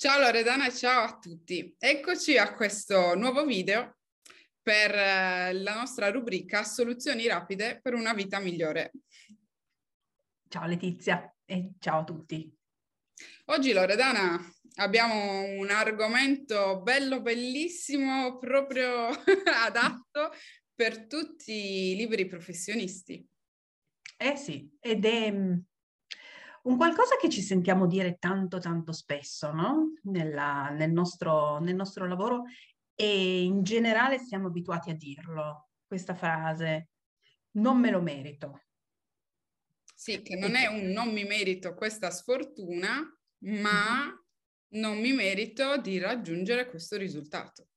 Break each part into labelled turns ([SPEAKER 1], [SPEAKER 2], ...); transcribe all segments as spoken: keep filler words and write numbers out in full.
[SPEAKER 1] Ciao Loredana, ciao a tutti. Eccoci a questo nuovo video per eh, la nostra rubrica Soluzioni rapide per una vita migliore.
[SPEAKER 2] Ciao Letizia e ciao a tutti.
[SPEAKER 1] Oggi Loredana abbiamo un argomento bello bellissimo, proprio adatto per tutti i liberi professionisti.
[SPEAKER 2] Eh sì, ed è um, un qualcosa che ci sentiamo dire tanto tanto spesso, no? Nella- nel nostro, nel nostro lavoro e in generale siamo abituati a dirlo, questa frase, non me lo merito.
[SPEAKER 1] Sì, che
[SPEAKER 2] E
[SPEAKER 1] non è
[SPEAKER 2] che,
[SPEAKER 1] un non mi merito questa sfortuna, ma
[SPEAKER 2] Mhm.
[SPEAKER 1] non mi merito di raggiungere questo risultato.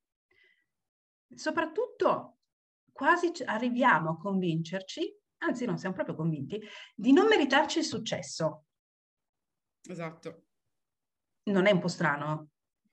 [SPEAKER 2] Soprattutto quasi ci- arriviamo a convincerci, anzi no, siamo proprio convinti, di non meritarci il successo.
[SPEAKER 1] Esatto.
[SPEAKER 2] Non è un po' strano?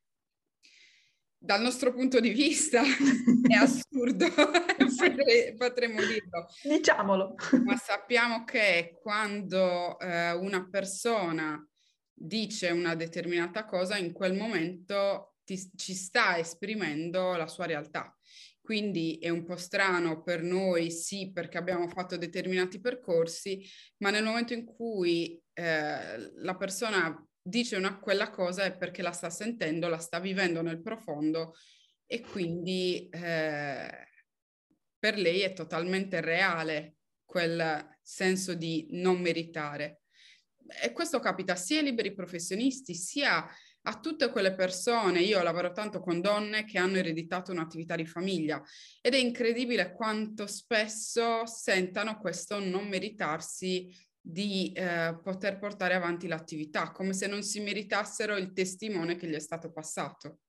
[SPEAKER 1] Dal nostro punto di vista è assurdo,
[SPEAKER 2] Sì,
[SPEAKER 1] potre- potremmo dirlo,
[SPEAKER 2] diciamolo.
[SPEAKER 1] ma sappiamo che quando eh, una persona dice una determinata cosa, in quel momento ti- ci sta esprimendo la sua realtà. Quindi è un po' strano per noi, sì, perché abbiamo fatto determinati percorsi, ma nel momento in cui eh, la persona dice una, quella cosa è perché la sta sentendo, la sta vivendo nel profondo e quindi eh, per lei è totalmente reale quel senso di non meritare. E questo capita sia ai liberi professionisti, sia a tutte quelle persone. Io lavoro tanto con donne che hanno ereditato un'attività di famiglia ed è incredibile quanto spesso sentano questo non meritarsi di eh, poter portare avanti l'attività, come se non si meritassero il testimone che gli è stato passato.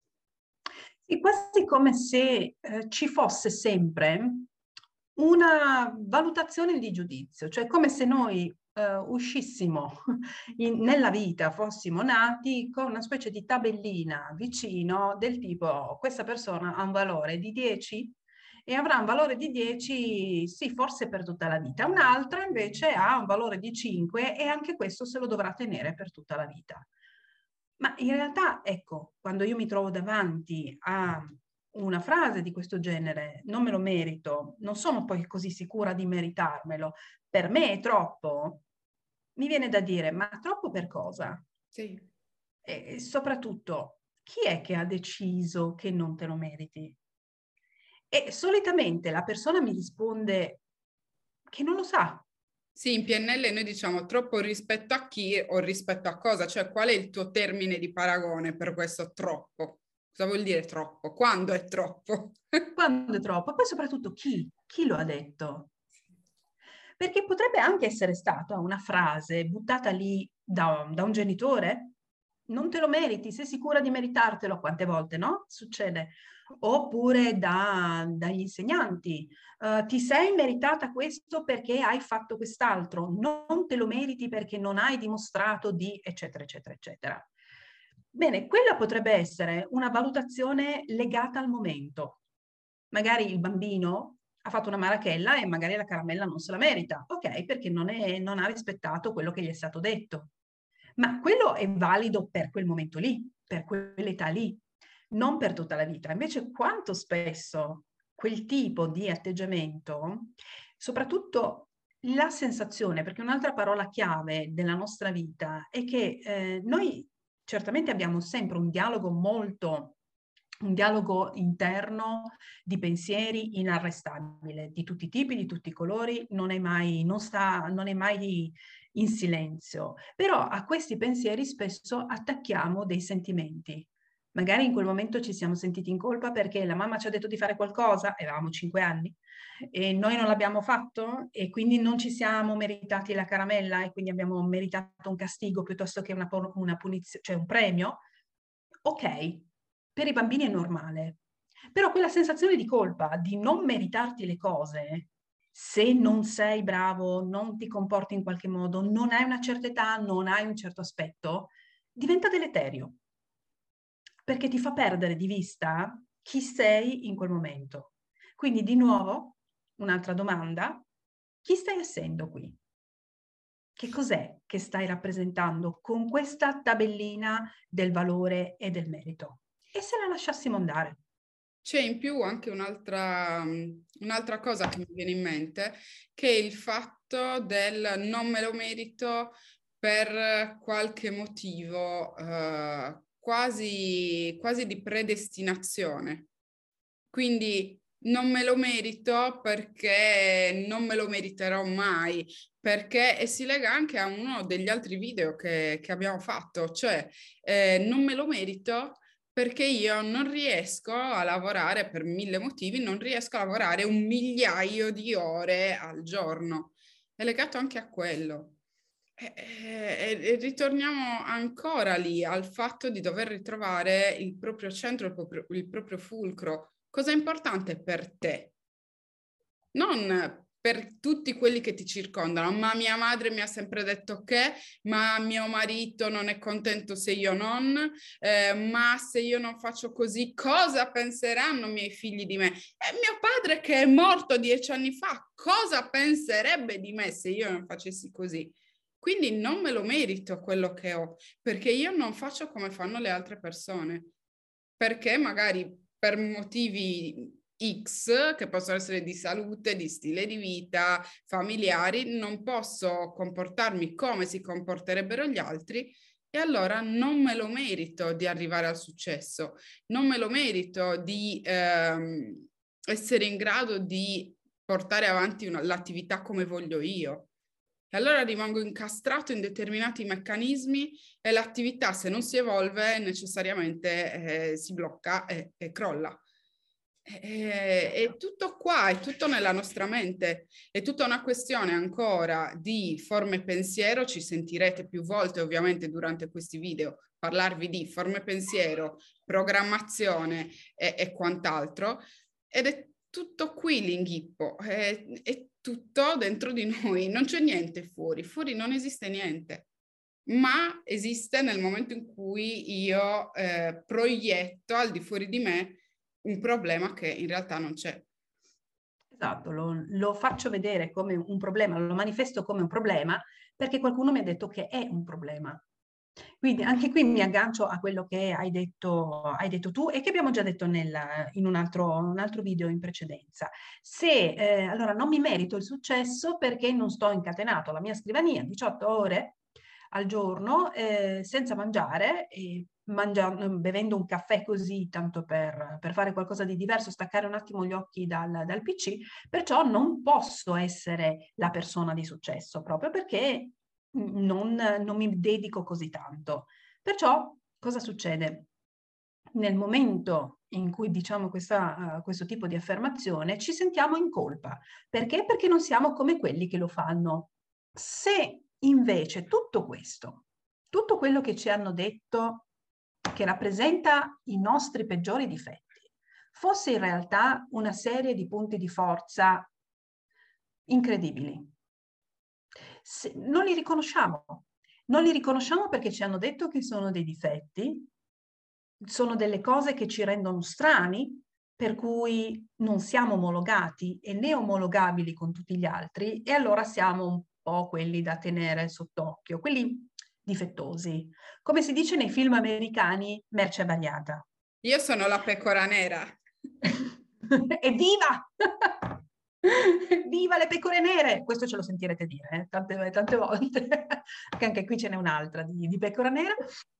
[SPEAKER 2] Sì, quasi come se eh, ci fosse sempre una valutazione di giudizio, cioè come se noi eh, uscissimo in- nella vita, fossimo nati con una specie di tabellina vicino del tipo questa persona ha un valore di dieci e avrà un valore di dieci, sì, forse per tutta la vita. Un'altra invece ha un valore di cinque e anche questo se lo dovrà tenere per tutta la vita. Ma in realtà, ecco, quando io mi trovo davanti a una frase di questo genere, non me lo merito, non sono poi così sicura di meritarmelo, per me è troppo, mi viene da dire, ma troppo per cosa?
[SPEAKER 1] Sì.
[SPEAKER 2] E soprattutto, chi è che ha deciso che non te lo meriti? E solitamente la persona mi risponde che non lo sa.
[SPEAKER 1] Sì, in P N L noi diciamo troppo rispetto a chi o rispetto a cosa, cioè qual è il tuo termine di paragone per questo troppo? Cosa vuol dire troppo? Quando è troppo?
[SPEAKER 2] Quando è troppo? Poi soprattutto chi? Chi lo ha detto? Perché potrebbe anche essere stata una frase buttata lì da, da un genitore. Non te lo meriti, sei sicura di meritartelo? Quante volte, no? Succede. Oppure da- dagli insegnanti. Eh, ti sei meritata questo perché hai fatto quest'altro. Non te lo meriti perché non hai dimostrato di, eccetera, eccetera, eccetera. Bene, quella potrebbe essere una valutazione legata al momento. Magari il bambino ha fatto una marachella e magari la caramella non se la merita. Ok, perché non, è, non ha rispettato quello che gli è stato detto. Ma quello è valido per quel momento lì, per quell'età lì, non per tutta la vita. Invece quanto spesso quel tipo di atteggiamento, soprattutto la sensazione, perché un'altra parola chiave della nostra vita è che eh, noi certamente abbiamo sempre un dialogo molto, un dialogo interno di pensieri inarrestabile, di tutti i tipi, di tutti i colori, non è mai, non sta, non è mai in silenzio. Però a questi pensieri spesso attacchiamo dei sentimenti. Magari in quel momento ci siamo sentiti in colpa perché la mamma ci ha detto di fare qualcosa, e avevamo cinque anni, e noi non l'abbiamo fatto e quindi non ci siamo meritati la caramella e quindi abbiamo meritato un castigo piuttosto che una, una punizione, cioè un premio. Ok, per i bambini è normale, però quella sensazione di colpa, di non meritarti le cose, se non sei bravo, non ti comporti in qualche modo, non hai una certa età, non hai un certo aspetto, diventa deleterio, perché ti fa perdere di vista chi sei in quel momento. Quindi di nuovo, un'altra domanda, chi stai essendo qui? che cos'è che stai rappresentando con questa tabellina del valore e del merito? E se la lasciassimo andare?
[SPEAKER 1] C'è in più anche un'altra, un'altra cosa che mi viene in mente, che è il fatto del non me lo merito per qualche motivo eh, quasi, quasi di predestinazione. Quindi non me lo merito perché non me lo meriterò mai, perché e si lega anche a uno degli altri video che, che abbiamo fatto, cioè eh, non me lo merito perché io non riesco a lavorare per mille motivi, non riesco a lavorare un migliaio di ore al giorno. È legato anche a quello. E, e- e ritorniamo ancora lì al fatto di dover ritrovare il proprio centro, il proprio, il proprio fulcro. Cosa è importante per te? Non per tutti quelli che ti circondano, ma mia madre mi ha sempre detto che, ma mio marito non è contento se io non, eh, ma se io non faccio così, cosa penseranno i miei figli di me? E mio padre che è morto dieci anni fa, cosa penserebbe di me se io non facessi così? Quindi non me lo merito quello che ho, perché io non faccio come fanno le altre persone, perché magari per motivi X, che possono essere di salute, di stile di vita, familiari, non posso comportarmi come si comporterebbero gli altri e allora non me lo merito di arrivare al successo, non me lo merito di ehm, essere in grado di portare avanti una, l'attività come voglio io. E allora rimango incastrato in determinati meccanismi e l'attività, se non si evolve, necessariamente eh, si blocca e, e crolla. È, è tutto qua, è tutto nella nostra mente, è tutta una questione ancora di forme pensiero, ci sentirete più volte ovviamente durante questi video parlarvi di forme pensiero, programmazione e, e quant'altro, ed è tutto qui l'inghippo, è, è tutto dentro di noi, non c'è niente fuori, fuori non esiste niente, ma esiste nel momento in cui io eh, proietto al di fuori di me un problema che in realtà non c'è.
[SPEAKER 2] Esatto, lo, lo faccio vedere come un problema, lo manifesto come un problema perché qualcuno mi ha detto che è un problema. Quindi anche qui mi aggancio a quello che hai detto, hai detto tu e che abbiamo già detto nel, in un altro, un altro video in precedenza. Se eh, allora non mi merito il successo perché non sto incatenato alla mia scrivania diciotto ore al giorno eh, senza mangiare e mangiando, bevendo un caffè così tanto per, per fare qualcosa di diverso, staccare un attimo gli occhi dal, dal P C, perciò non posso essere la persona di successo proprio perché non, non mi dedico così tanto. Perciò cosa succede? Nel momento in cui diciamo questa, uh, questo tipo di affermazione ci sentiamo in colpa. Perché? Perché non siamo come quelli che lo fanno. Se invece tutto questo, tutto quello che ci hanno detto che rappresenta i nostri peggiori difetti, fosse in realtà una serie di punti di forza incredibili, se, non li riconosciamo. Non li riconosciamo perché ci hanno detto che sono dei difetti, sono delle cose che ci rendono strani, per cui non siamo omologati e né omologabili con tutti gli altri, e allora siamo un po' quelli da tenere sott'occhio, quelli difettosi. Come si dice nei film americani, merce variata.
[SPEAKER 1] Io sono la pecora nera.
[SPEAKER 2] Evviva! Viva le pecore nere! Questo ce lo sentirete dire eh? tante, tante volte, che anche qui ce n'è un'altra di, di pecora nera.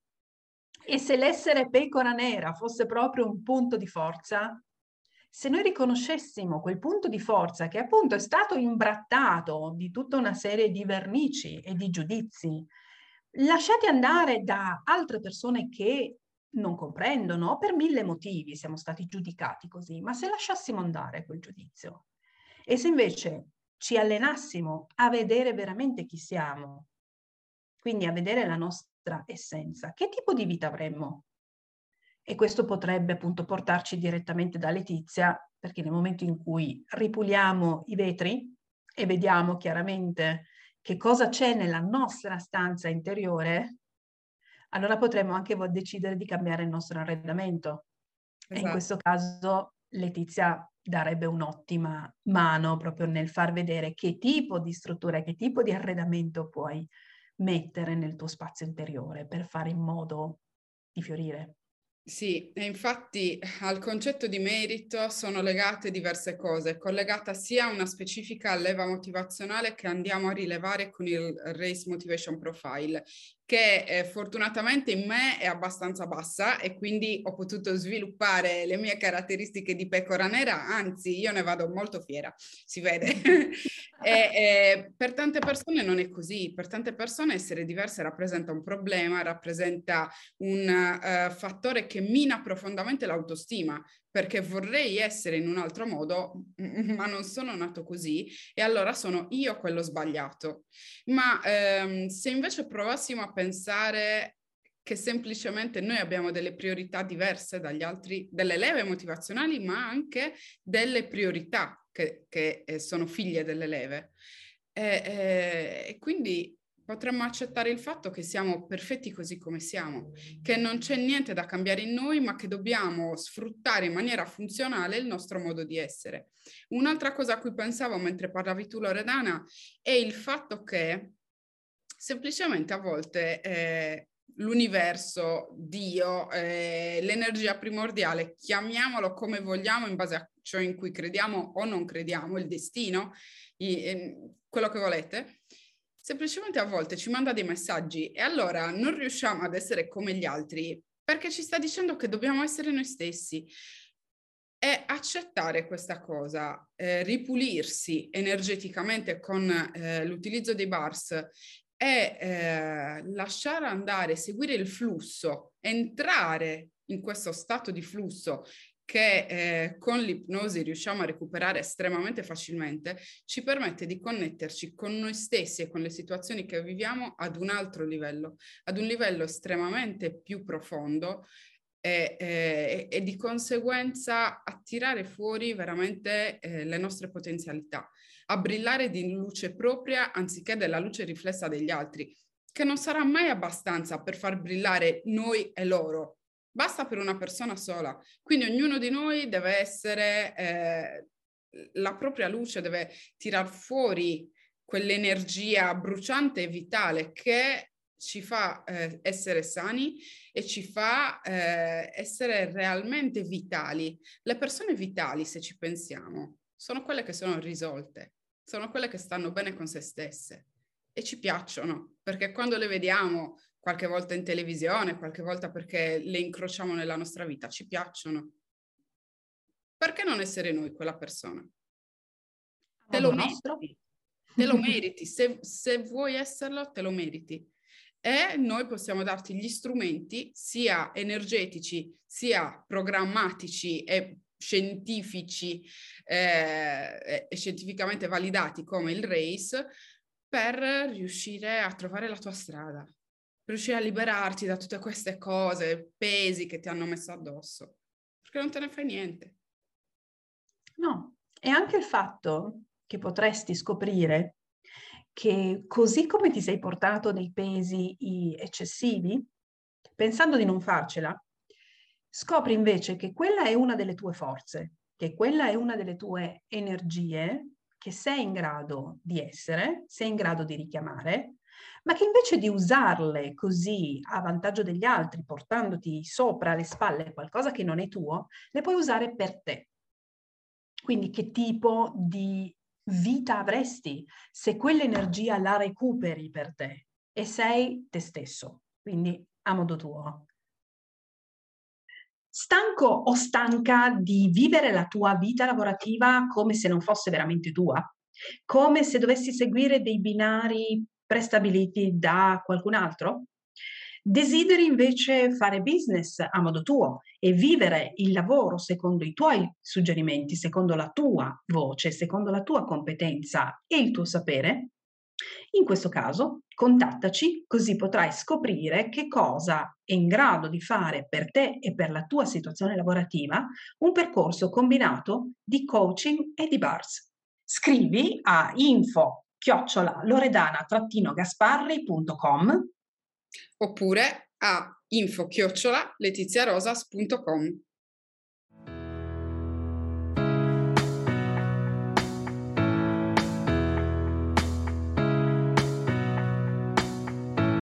[SPEAKER 2] E se l'essere pecora nera fosse proprio un punto di forza, se noi riconoscessimo quel punto di forza che appunto è stato imbrattato di tutta una serie di vernici e di giudizi, lasciati andare da altre persone che non comprendono, per mille motivi siamo stati giudicati così, ma se lasciassimo andare quel giudizio e se invece ci allenassimo a vedere veramente chi siamo, quindi a vedere la nostra essenza, che tipo di vita avremmo? E questo potrebbe appunto portarci direttamente da Letizia, perché nel momento in cui ripuliamo i vetri e vediamo chiaramente che cosa c'è nella nostra stanza interiore, allora potremmo anche decidere di cambiare il nostro arredamento. Esatto. E in questo caso Letizia darebbe un'ottima mano proprio nel far vedere che tipo di struttura, che tipo di arredamento puoi mettere nel tuo spazio interiore per fare in modo di fiorire.
[SPEAKER 1] Sì, e infatti al concetto di merito sono legate diverse cose, collegata sia a una specifica leva motivazionale che andiamo a rilevare con il Race Motivation Profile, che eh, fortunatamente in me è abbastanza bassa e quindi ho potuto sviluppare le mie caratteristiche di pecora nera, anzi io ne vado molto fiera, si vede. e, e per tante persone non è così, per tante persone essere diverse rappresenta un problema, rappresenta un uh, fattore che mina profondamente l'autostima, perché vorrei essere in un altro modo, ma non sono nato così e allora sono io quello sbagliato. Ma ehm, se invece provassimo a pensare che semplicemente noi abbiamo delle priorità diverse dagli altri, delle leve motivazionali, ma anche delle priorità che, che eh, sono figlie delle leve. E, e, e quindi potremmo accettare il fatto che siamo perfetti così come siamo, che non c'è niente da cambiare in noi, ma che dobbiamo sfruttare in maniera funzionale il nostro modo di essere. Un'altra cosa a cui pensavo mentre parlavi tu, Loredana, è il fatto che semplicemente a volte eh, l'universo, Dio, eh, l'energia primordiale, chiamiamolo come vogliamo in base a ciò in cui crediamo o non crediamo, il destino, i, eh, quello che volete, semplicemente a volte ci manda dei messaggi e allora non riusciamo ad essere come gli altri perché ci sta dicendo che dobbiamo essere noi stessi. E accettare questa cosa, eh, ripulirsi energeticamente con eh, l'utilizzo dei bars e eh, lasciare andare, seguire il flusso, entrare in questo stato di flusso che eh, con l'ipnosi riusciamo a recuperare estremamente facilmente, ci permette di connetterci con noi stessi e con le situazioni che viviamo ad un altro livello, ad un livello estremamente più profondo e, e, e di conseguenza attirare fuori veramente eh, le nostre potenzialità, a brillare di luce propria anziché della luce riflessa degli altri, che non sarà mai abbastanza per far brillare noi e loro. Basta per una persona sola. Quindi ognuno di noi deve essere eh, la propria luce, deve tirar fuori quell'energia bruciante e vitale che ci fa eh, essere sani e ci fa eh, essere realmente vitali. Le persone vitali, se ci pensiamo, sono quelle che sono risolte, sono quelle che stanno bene con se stesse e ci piacciono, perché quando le vediamo qualche volta in televisione, qualche volta perché le incrociamo nella nostra vita, ci piacciono. Perché non essere noi quella persona? Te lo meriti, te lo meriti, se, se vuoi esserlo, te lo meriti. E noi possiamo darti gli strumenti sia energetici sia programmatici e scientifici eh, e scientificamente validati come il RACE per riuscire a trovare la tua strada, per riuscire a liberarti da tutte queste cose, pesi che ti hanno messo addosso, perché non te ne fai niente.
[SPEAKER 2] No, e anche il fatto che potresti scoprire che così come ti sei portato dei pesi eccessivi, pensando di non farcela, scopri invece che quella è una delle tue forze, che quella è una delle tue energie che sei in grado di essere, sei in grado di richiamare, ma che invece di usarle così a vantaggio degli altri, portandoti sopra le spalle qualcosa che non è tuo, le puoi usare per te. Quindi che tipo di vita avresti se quell'energia la recuperi per te e sei te stesso, quindi a modo tuo. Stanco o stanca di vivere la tua vita lavorativa come se non fosse veramente tua? Come se dovessi seguire dei binari prestabiliti da qualcun altro? Desideri invece fare business a modo tuo e vivere il lavoro secondo i tuoi suggerimenti, secondo la tua voce, secondo la tua competenza e il tuo sapere? In questo caso, contattaci così potrai scoprire che cosa è in grado di fare per te e per la tua situazione lavorativa un percorso combinato di coaching e di bars. Scrivi a info chiocciola loredana gasparri punto com
[SPEAKER 1] oppure a info chiocciola letiziarosas punto com.